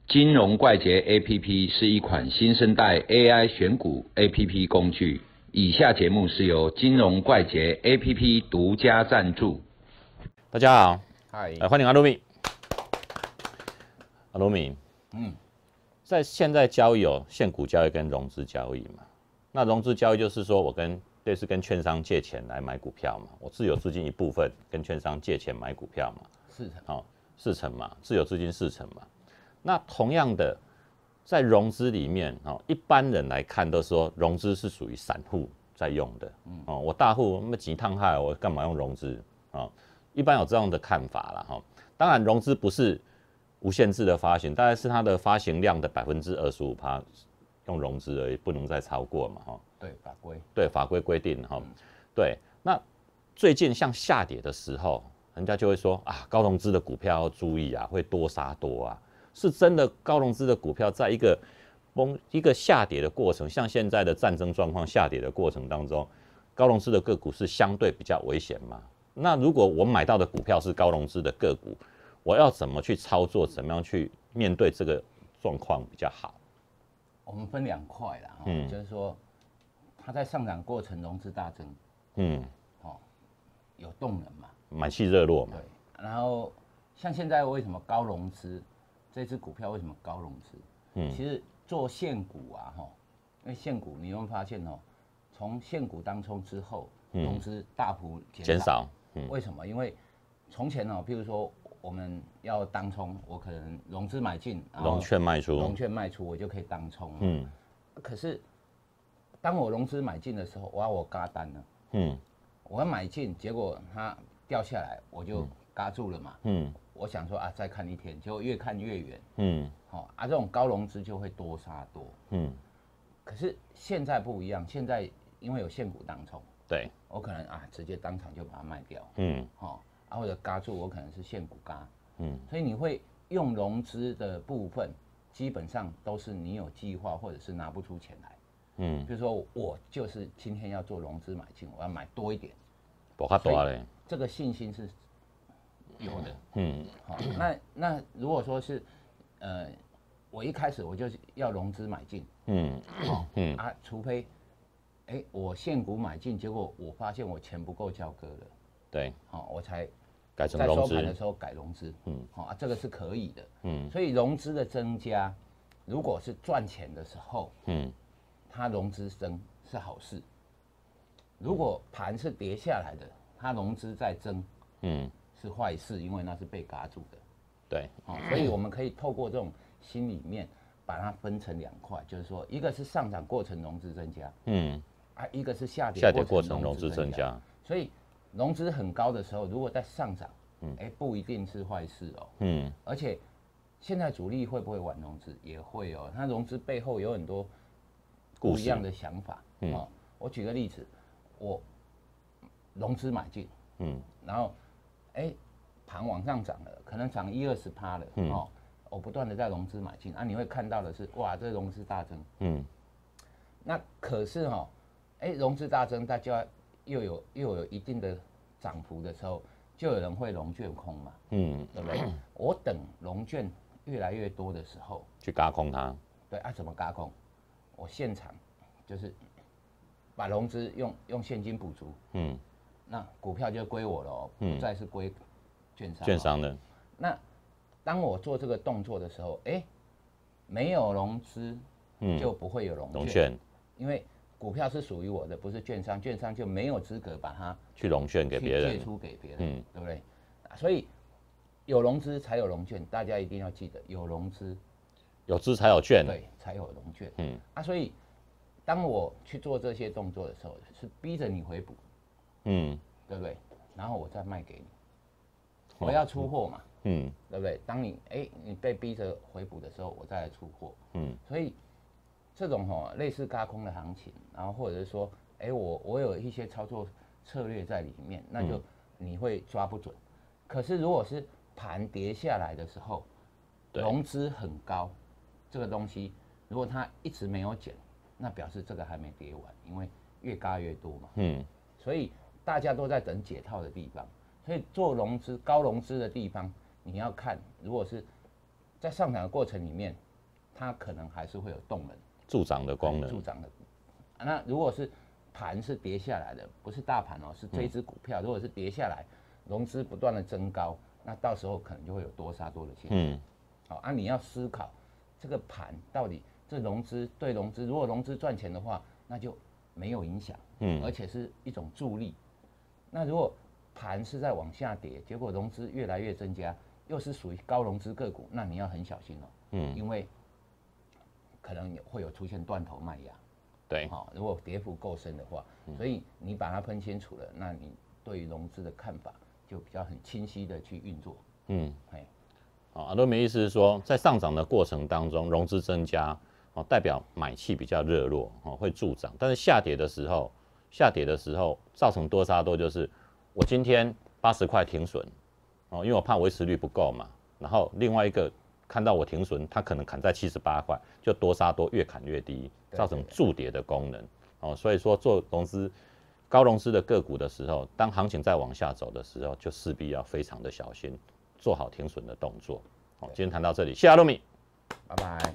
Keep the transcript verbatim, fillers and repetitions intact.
金融怪杰 A P P 是一款新生代 A I 选股 A P P 工具。以下节目是由金融怪杰 A P P 独家赞助。 大家好， 嗨， 来欢迎阿鲁米。阿鲁米， 嗯， 在现在交易有现股交易跟融资交易嘛？那融资交易就是说我跟类似跟券商借钱来买股票嘛，我自有资金一部分跟券商借钱买股票嘛， 四成， 哦，四成嘛，自有资金四成嘛。那同样的，在融资里面，哦，一般人来看都说融资是属于散户在用的，哦，我大户那么几趟害，我干嘛用融资？哦，一般有这样的看法啦，哈、哦。当然，融资不是无限制的发行，大概是它的发行量的百分之二十五趴用融资而已，不能再超过嘛，哈、哦。 对法规， 对法规规定，哈、哦，对。那最近像下跌的时候，人家就会说啊，高融资的股票要注意啊，会多杀多啊。是真的高融资的股票，在一个崩一个下跌的过程，像现在的战争状况下跌的过程当中，高融资的个股是相对比较危险嘛？那如果我买到的股票是高融资的个股，我要怎么去操作？怎么样去面对这个状况比较好？ 我们分两块啦，嗯，就是说它在上涨过程融资大增， 嗯， 哦，有动能嘛， 买气热络嘛， 对，然后像现在为什么高融资？这支股票为什么高融资？嗯，其实做现股啊，哈，因为现股你会发现哦，从现股当冲之后，融资大幅减少。嗯，为什么？因为从前哦，譬如说我们要当冲，我可能融资买进， 融券卖出， 融券卖出，我就可以当冲。嗯，可是当我融资买进的时候，我要我嘎单了。嗯，我要买进，结果它掉下来，我就嘎住了嘛。嗯。我想说啊，再看一天，结果越看越远。嗯，好、哦、啊，这种高融资就会多杀多。嗯，可是现在不一样，现在因为有现股当冲， 对， 我可能啊直接当场就把它卖掉。嗯，好、哦、啊，或者嘎住，我可能是现股嘎。嗯，所以你会用融资的部分，基本上都是你有计划或者是拿不出钱来。嗯，比如说我就是今天要做融资买进，我要买多一点， 不较多嘞， 这个信心是有的，嗯，好，那那如果说是，呃，我一开始我就是要融资买进，嗯，好，嗯啊，除非，哎、欸，我现股买进，结果我发现我钱不够交割了， 对， 好，我才改成融资， 在收盘的时候改融资，嗯，好啊，这个是可以的，嗯，所以融资的增加，如果是赚钱的时候，嗯，它融资增是好事，如果盘是跌下来的，它融资在增，嗯。是坏事，因为那是被嘎住的， 对， 哦，所以我们可以透过这种心里面把它分成两块，就是说，一个是上涨过程融资增加，嗯，啊，一个是下跌下跌过程融资增加， 所以融资很高的时候，如果在上涨，嗯，哎、欸，不一定是坏事哦，嗯，而且现在主力会不会玩融资？也会哦，它融资背后有很多不一样的想法，嗯，哦，我举个例子，我融资买进，嗯，然后。哎、欸，盘往上涨了，可能涨一二十趴了，嗯、哦，我不断的在融资买进啊，你会看到的是，哇，这融资大增，嗯，那可是哈、哦，哎、欸，融资大增，大家又有又有一定的涨幅的时候，就有人会融券空嘛，嗯，对不对？我等融券越来越多的时候， 去轧空它， 对啊，怎么轧空？我现场就是把融资用用现金补足，嗯。那股票就归我了哦，不再是归券商、哦。 券商的。 那当我做这个动作的时候，哎、欸，没有融资，就不会有融券，嗯、券因为股票是属于我的，不是券商，券商就没有资格把它去融券给别人， 借出给别人，嗯，对不对？所以有融资才有融券，大家一定要记得，有融资， 有资才有券， 对，才有融券，嗯啊，所以当我去做这些动作的时候，是逼着你回补。嗯，对不对？然后我再卖给你，我要出货嘛，嗯，对不对？当你哎、欸、你被逼着回补的时候，我再来出货，嗯，所以这种哈、喔、类似轧空的行情，然后或者是说，哎、欸、我我有一些操作策略在里面，那就你会抓不准。嗯、可是如果是盘跌下来的时候，融资很高，这个东西如果它一直没有减，那表示这个还没跌完，因为越轧越多嘛，嗯，所以。大家都在等解套的地方，所以做融资高融资的地方，你要看，如果是在上涨的过程里面，它可能还是会有动能助涨的功能， 助涨的。那如果是盘是跌下来的，不是大盘哦，是这一只股票，如果是跌下来，融资不断的增高，那到时候可能就会有多杀多的现象。嗯，好啊，你要思考这个盘到底这融资对融资，如果融资赚钱的话，那就没有影响，嗯，而且是一种助力。那如果盘是在往下跌，结果融资越来越增加，又是属于高融资个股，那你要很小心哦，嗯，因为可能会有出现断头卖压， 对， 好、哦，如果跌幅够深的话，所以你把它分清楚了，那你对于融资的看法就比较很清晰的去运作，嗯，哎， 好，阿多梅意思是说，在上涨的过程当中，融资增加，哦，代表买气比较热络，哦，会助涨，但是下跌的时候，下跌的时候造成多杀多，就是我今天八十块停损。哦，因为我怕维持率不够嘛，然后另外一个看到我停损，它可能砍在七十八块，就多杀多，越砍越低，造成助跌的功能。哦，所以说做融资高融资的个股的时候，当行情再往下走的时候，就势必要非常的小心，做好停损的动作。好，今天谈到这里，谢谢阿鲁米， 拜拜。